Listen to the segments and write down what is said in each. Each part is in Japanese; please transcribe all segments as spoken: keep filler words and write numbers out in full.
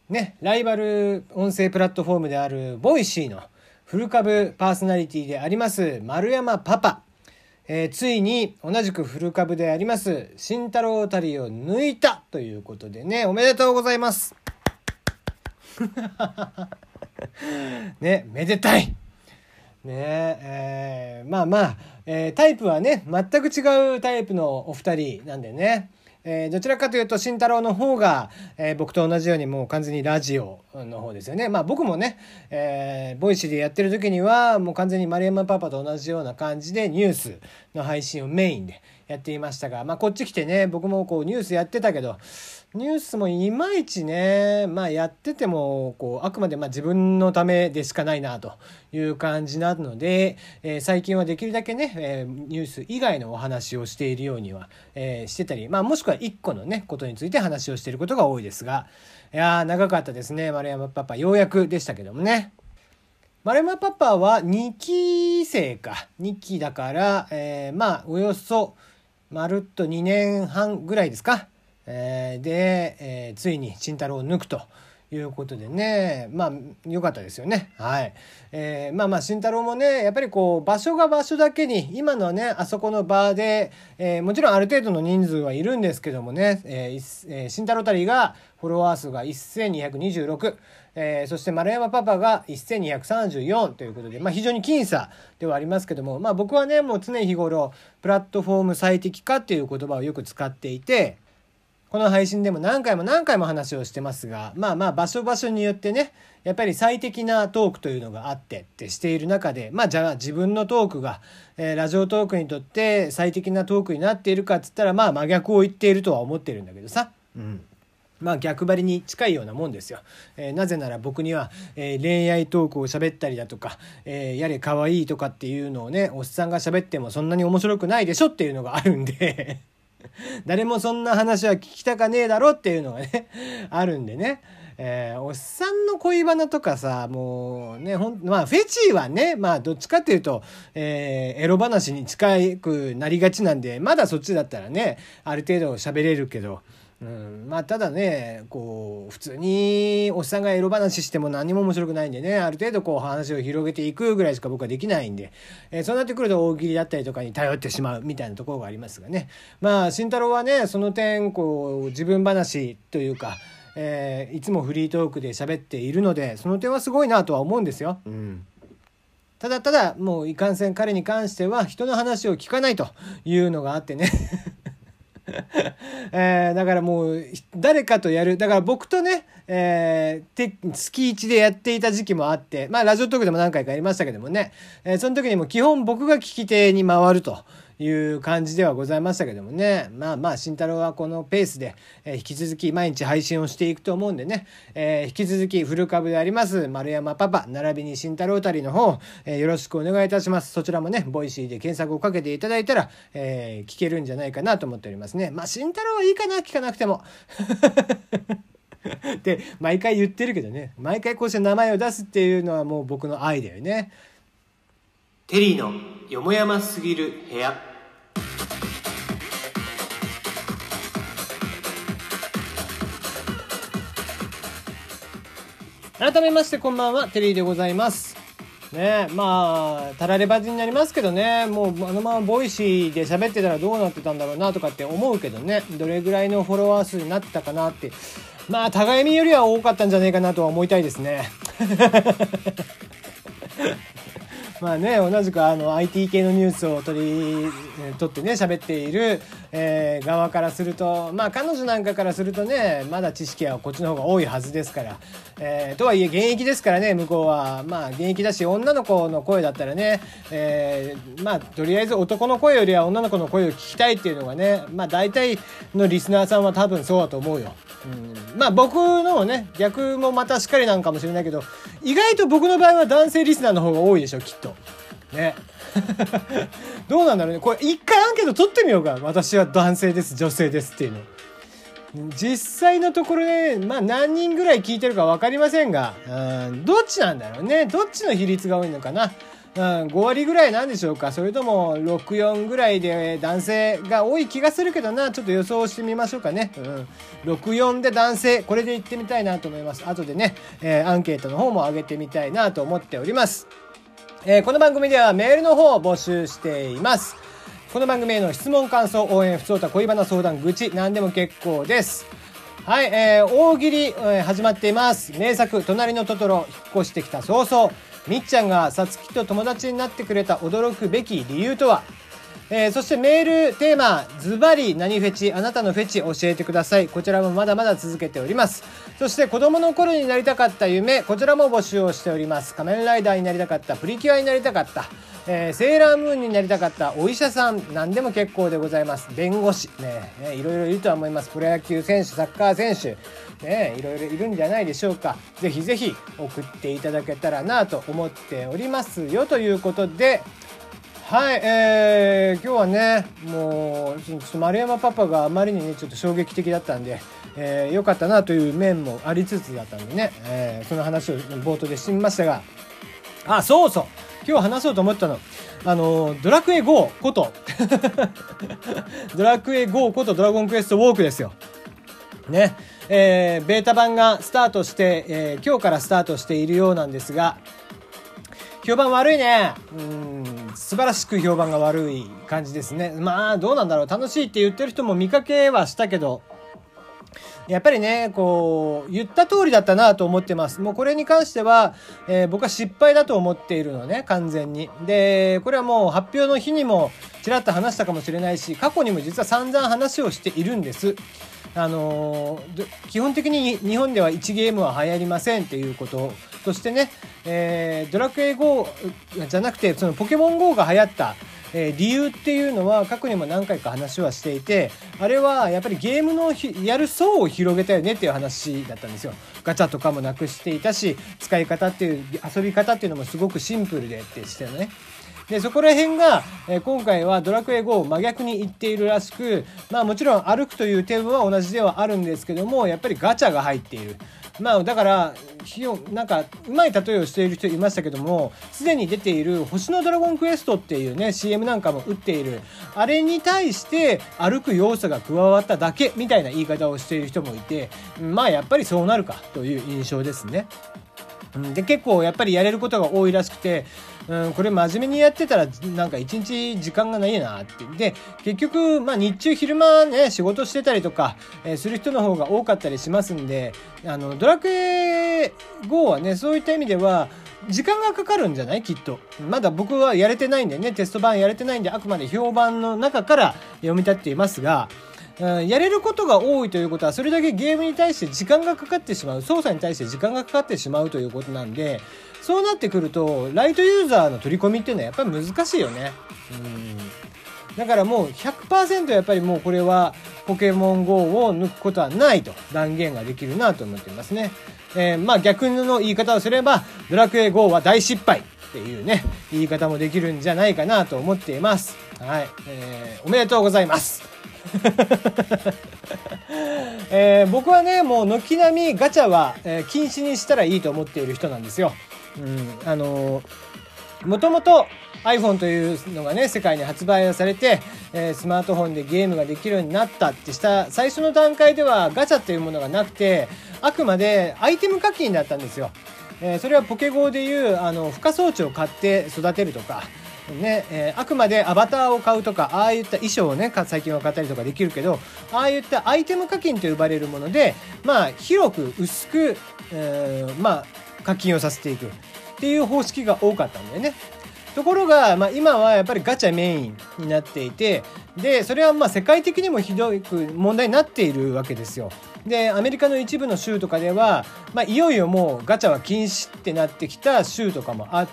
ね、ライバル音声プラットフォームであるボイシーのフル株パーソナリティであります丸山パパ、えー、ついに同じくフル株であります慎太郎たりを抜いたということでね、おめでとうございますね、めでたいねえー、まあまあ、えー、タイプはね全く違うタイプのお二人なんでね、えー、どちらかというと慎太郎の方が、えー、僕と同じようにもう完全にラジオの方ですよね。まあ僕もね、えー、ボイシーでやってる時にはもう完全に丸山パパと同じような感じでニュースの配信をメインでやっていましたが、まあこっち来てね、僕もこうニュースやってたけどニュースもいまいちね、まあやっててもこうあくまでまあ自分のためでしかないなという感じなので、えー、最近はできるだけね、えー、ニュース以外のお話をしているようには、えー、してたり、まあもしくはいっこのねことについて話をしていることが多いですが、いやー長かったですね。丸山パパようやくでしたけどもね。丸山パパはにき生かにきだから、えー、まあおよそまるっとにねんはんぐらいですか。えー、で、えー、ついに慎太郎を抜くということでね、まあ良かったですよね。はい、えー、まあまあ慎太郎もねやっぱりこう場所が場所だけに今のねあそこの場で、えー、もちろんある程度の人数はいるんですけどもね、えーえー、慎太郎たりがフォロワー数がせんにひゃくにじゅうろく、えー、そして丸山パパがせんにひゃくさんじゅうよんということで、まあ、非常に僅差ではありますけども、まあ、僕はねもう常日頃プラットフォーム最適化っていう言葉をよく使っていて、この配信でも何回も何回も話をしてますが、まあまあ場所場所によってねやっぱり最適なトークというのがあってってしている中で、まあじゃあ自分のトークが、えー、ラジオトークにとって最適なトークになっているかっつったらまあ真逆を言っているとは思ってるんだけどさ、うんまあ逆張りに近いようなもんですよ。えー、なぜなら僕には、えー、恋愛トークを喋ったりだとか、えー、やれ可愛いとかっていうのをねおっさんが喋ってもそんなに面白くないでしょっていうのがあるんで誰もそんな話は聞きたかねえだろっていうのがねあるんでね、えー、おっさんの恋バナとかさもうねほんまあフェチはねまあどっちかっていうと、えー、エロ話に近くなりがちなんでまだそっちだったらねある程度喋れるけど、うん、まあただねこう普通におっさんがエロ話しても何も面白くないんでねある程度こう話を広げていくぐらいしか僕はできないんで、えー、そうなってくると大喜利だったりとかに頼ってしまうみたいなところがありますがね、まあ慎太郎はねその点こう自分話というか、えー、いつもフリートークで喋っているのでその点はすごいなとは思うんですよ。うんただただもういかんせん彼に関しては人の話を聞かないというのがあってねえー、だからもう誰かとやるだから僕とね、えー、月いちでやっていた時期もあってまあラジオトークでも何回かやりましたけどもね、えー、その時にも基本僕が聞き手に回るという感じではございましたけどもね、まあまあ慎太郎はこのペースで、えー、引き続き毎日配信をしていくと思うんでね、えー、引き続きフル株であります丸山パパ並びに慎太郎たりの方、えー、よろしくお願いいたします。そちらもねボイシーで検索をかけていただいたら、えー、聞けるんじゃないかなと思っておりますね。まあ慎太郎はいいかな聞かなくてもって毎回言ってるけどね毎回こうして名前を出すっていうのはもう僕の愛だよね。テリーのよもやますぎる部屋。改めましてこんばんはテリーでございますね。まあたらればじになりますけどねもうあのままボイシーで喋ってたらどうなってたんだろうなとかって思うけどねどれぐらいのフォロワー数になってたかなってまあ互い見よりは多かったんじゃないかなとは思いたいですねまあね同じくあの アイティー 系のニュースを取り取ってね喋っている、えー、側からするとまあ彼女なんかからするとねまだ知識はこっちの方が多いはずですから、えー、とはいえ現役ですからね向こうはまあ現役だし女の子の声だったらね、えー、まあとりあえず男の声よりは女の子の声を聞きたいっていうのがねまあ大体のリスナーさんは多分そうだと思うよ。うん、まあ僕のね逆もまたしっかりなんかもしれないけど意外と僕の場合は男性リスナーの方が多いでしょきっとねどうなんだろうねこれ一回アンケート取ってみようか私は男性です女性ですっていうの実際のところねまあ何人ぐらい聞いてるか分かりませんがうんどっちなんだろうねどっちの比率が多いのかな。 うん、ご割ぐらいなんでしょうか。それともろくじゅうよんぐらいで男性が多い気がするけどな。ちょっと予想してみましょうかね。うん、ろくじゅうよんで男性、これでいってみたいなと思います。後でね、えー、アンケートの方も上げてみたいなと思っております。えー、この番組ではメールの方を募集しています。この番組への質問、感想、応援、ふつおた、恋バナ、相談、愚痴、何でも結構です。はい、えー、大喜利、えー、始まっています。名作、隣のトトロ、引っ越してきた早々、みっちゃんがさつきと友達になってくれた驚くべき理由とは。えー、そしてメールテーマ、ズバリ何フェチ、あなたのフェチ教えてください。こちらもまだまだ続けております。そして子供の頃になりたかった夢、こちらも募集をしております。仮面ライダーになりたかった、プリキュアになりたかった、えー、セーラームーンになりたかった、お医者さん、何でも結構でございます。弁護士、ね、ね、いろいろいるとは思います。プロ野球選手、サッカー選手、ね、いろいろいるんじゃないでしょうか。ぜひぜひ送っていただけたらなと思っておりますよ、ということで、はい、えー、今日はね、もうちょっと丸山パパがあまりにねちょっと衝撃的だったんで、えー、よかったなという面もありつつだったんでね、えー、その話を冒頭でしてみましたが、あ、そうそう、今日話そうと思ったの、あのドラクエゴーことドラクエゴーことドラゴンクエストウォークですよね。えー、ベータ版がスタートして、えー、今日からスタートしているようなんですが、評判悪いね。うん、素晴らしく評判が悪い感じですね。まあどうなんだろう、楽しいって言ってる人も見かけはしたけど、やっぱりね、こう言った通りだったなと思ってます。もうこれに関しては、えー、僕は失敗だと思っているのね、完全に。でこれはもう発表の日にもちらっと話したかもしれないし、過去にも実は散々話をしているんです。あのー、基本的に日本ではいちゲームは流行りませんっていうこととしてね、えー、ドラクエ ゴー じゃなくてそのポケモン ゴー が流行った、えー、理由っていうのは過去にも何回か話はしていて、あれはやっぱりゲームのやる層を広げたよねっていう話だったんですよ。ガチャとかもなくしていたし、使い方っていう遊び方っていうのもすごくシンプルでってしてね。でそこら辺が、えー、今回はドラクエ ゴー 真逆に言っているらしく、まあもちろん歩くという点は同じではあるんですけども、やっぱりガチャが入っている。まあだからなんかうまい例えをしている人いましたけども、すでに出ている星のドラゴンクエストっていうね シーエム なんかも打っている、あれに対して歩く要素が加わっただけみたいな言い方をしている人もいて、まあやっぱりそうなるかという印象ですね。で結構やっぱりやれることが多いらしくて、うん、これ真面目にやってたらなんか一日時間がないなって。で結局、まあ、日中昼間ね仕事してたりとか、えー、する人の方が多かったりしますんで、あのドラクエ ゴー はねそういった意味では時間がかかるんじゃないきっと。まだ僕はやれてないんでね、テスト版やれてないんであくまで評判の中から読み立っていますが、うん、やれることが多いということはそれだけゲームに対して時間がかかってしまう、操作に対して時間がかかってしまうということなんで、そうなってくるとライトユーザーの取り込みっていうのはやっぱり難しいよね。うん、だからもう ひゃくパーセント やっぱりもうこれはポケモン ゴー を抜くことはないと断言ができるなと思っていますね。えー、まあ逆の言い方をすればドラクエ ゴー は大失敗っていうね言い方もできるんじゃないかなと思っています。はい、えー、おめでとうございますえー、僕はねもう軒並みガチャは、えー、禁止にしたらいいと思っている人なんですよ。うん、あのー、もともと iPhone というのがね世界に発売されて、えー、スマートフォンでゲームができるようになったってした最初の段階ではガチャっていうものがなくて、あくまでアイテム課金だったんですよ。えー、それはポケゴーでいうあの孵化装置を買って育てるとかね、えー、あくまでアバターを買うとか、ああいった衣装をね最近は買ったりとかできるけど、ああいったアイテム課金と呼ばれるもので、まあ広く薄く、えー、まあ課金をさせていくっていう方式が多かったんだよね。ところが、まあ、今はやっぱりガチャメインになっていて、でそれはまあ世界的にもひどく問題になっているわけですよ。でアメリカの一部の州とかでは、まあ、いよいよもうガチャは禁止ってなってきた州とかもあって、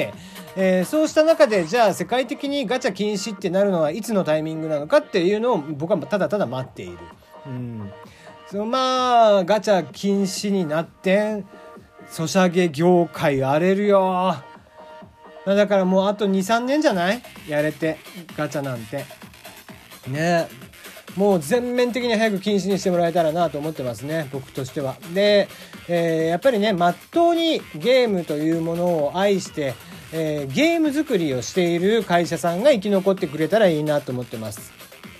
えー、そうした中でじゃあ世界的にガチャ禁止ってなるのはいつのタイミングなのかっていうのを僕はただただ待っている。うん、そのまあガチャ禁止になってソシャゲ業界荒れるよ。だからもうあと にさんねんじゃないやれてガチャなんてね。もう全面的に早く禁止にしてもらえたらなと思ってますね、僕としては。で、えー、やっぱりねまっとうにゲームというものを愛して、 えー、ゲーム作りをしている会社さんが生き残ってくれたらいいなと思ってます。うん、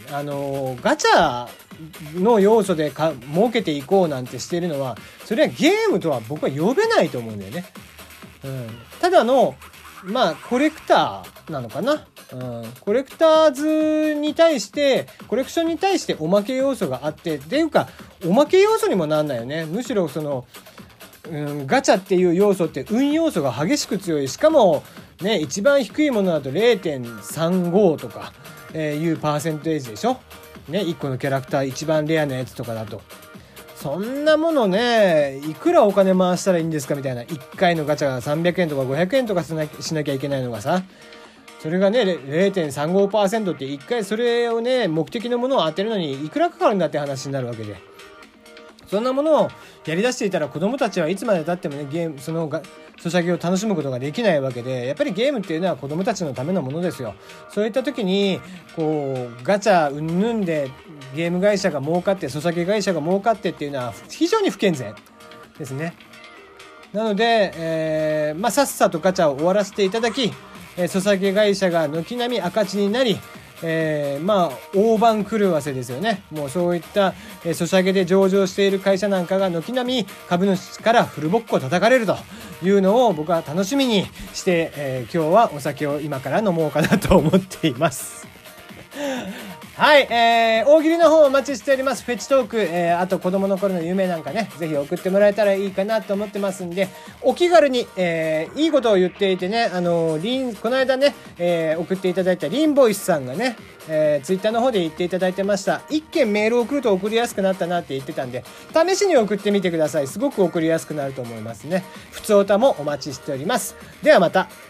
あのー、ガチャの要素でか儲けていこうなんてしているのは、それはゲームとは僕は呼べないと思うんだよね。うん、ただのまあコレクターなのかな、うん、コレクターズに対してコレクションに対しておまけ要素があってっていうか、おまけ要素にもなんないよね。むしろその、うん、ガチャっていう要素って運要素が激しく強い。しかもね、一番低いものだと れいてんさんご とか、えー、いうパーセンテージでしょ。ね、いっこのキャラクター一番レアなやつとかだと。そんなものね、いくらお金回したらいいんですかみたいな。いっかいのガチャがさんびゃくえんとかごひゃくえんとかしなしなきゃいけないのがさ、それがね れいてんさんごパーセント っていっかいそれをね目的のものを当てるのにいくらかかるんだって話になるわけで、そんなものをやりだしていたら子供たちはいつまで経ってもねゲームそのがソシャゲを楽しむことができないわけで、やっぱりゲームっていうのは子供たちのためのものですよ。そういった時にこうガチャうんぬんでゲーム会社が儲かってソシャゲ会社が儲かってっていうのは非常に不健全ですね。なので、えーまあ、さっさとガチャを終わらせていただき、えー、ソシャゲ会社が軒並み赤字になり、えー、まあ大番狂わせですよね。もうそういった、えー、ソシャゲで上場している会社なんかが軒並み株主からフルボッコを叩かれるというのを僕は楽しみにして、えー、今日はお酒を今から飲もうかなと思っていますはい、えー、大喜利の方お待ちしております。フェチトーク、えー、あと子供の頃の夢なんかね、ぜひ送ってもらえたらいいかなと思ってますんで、お気軽に、えー、いいことを言っていてね、あのー、リン、この間ね、えー、送っていただいたリンボイスさんがね、えー、ツイッターの方で言っていただいてました。一件メールを送ると送りやすくなったなって言ってたんで、試しに送ってみてください。すごく送りやすくなると思いますね。ふつおたもお待ちしております。ではまた。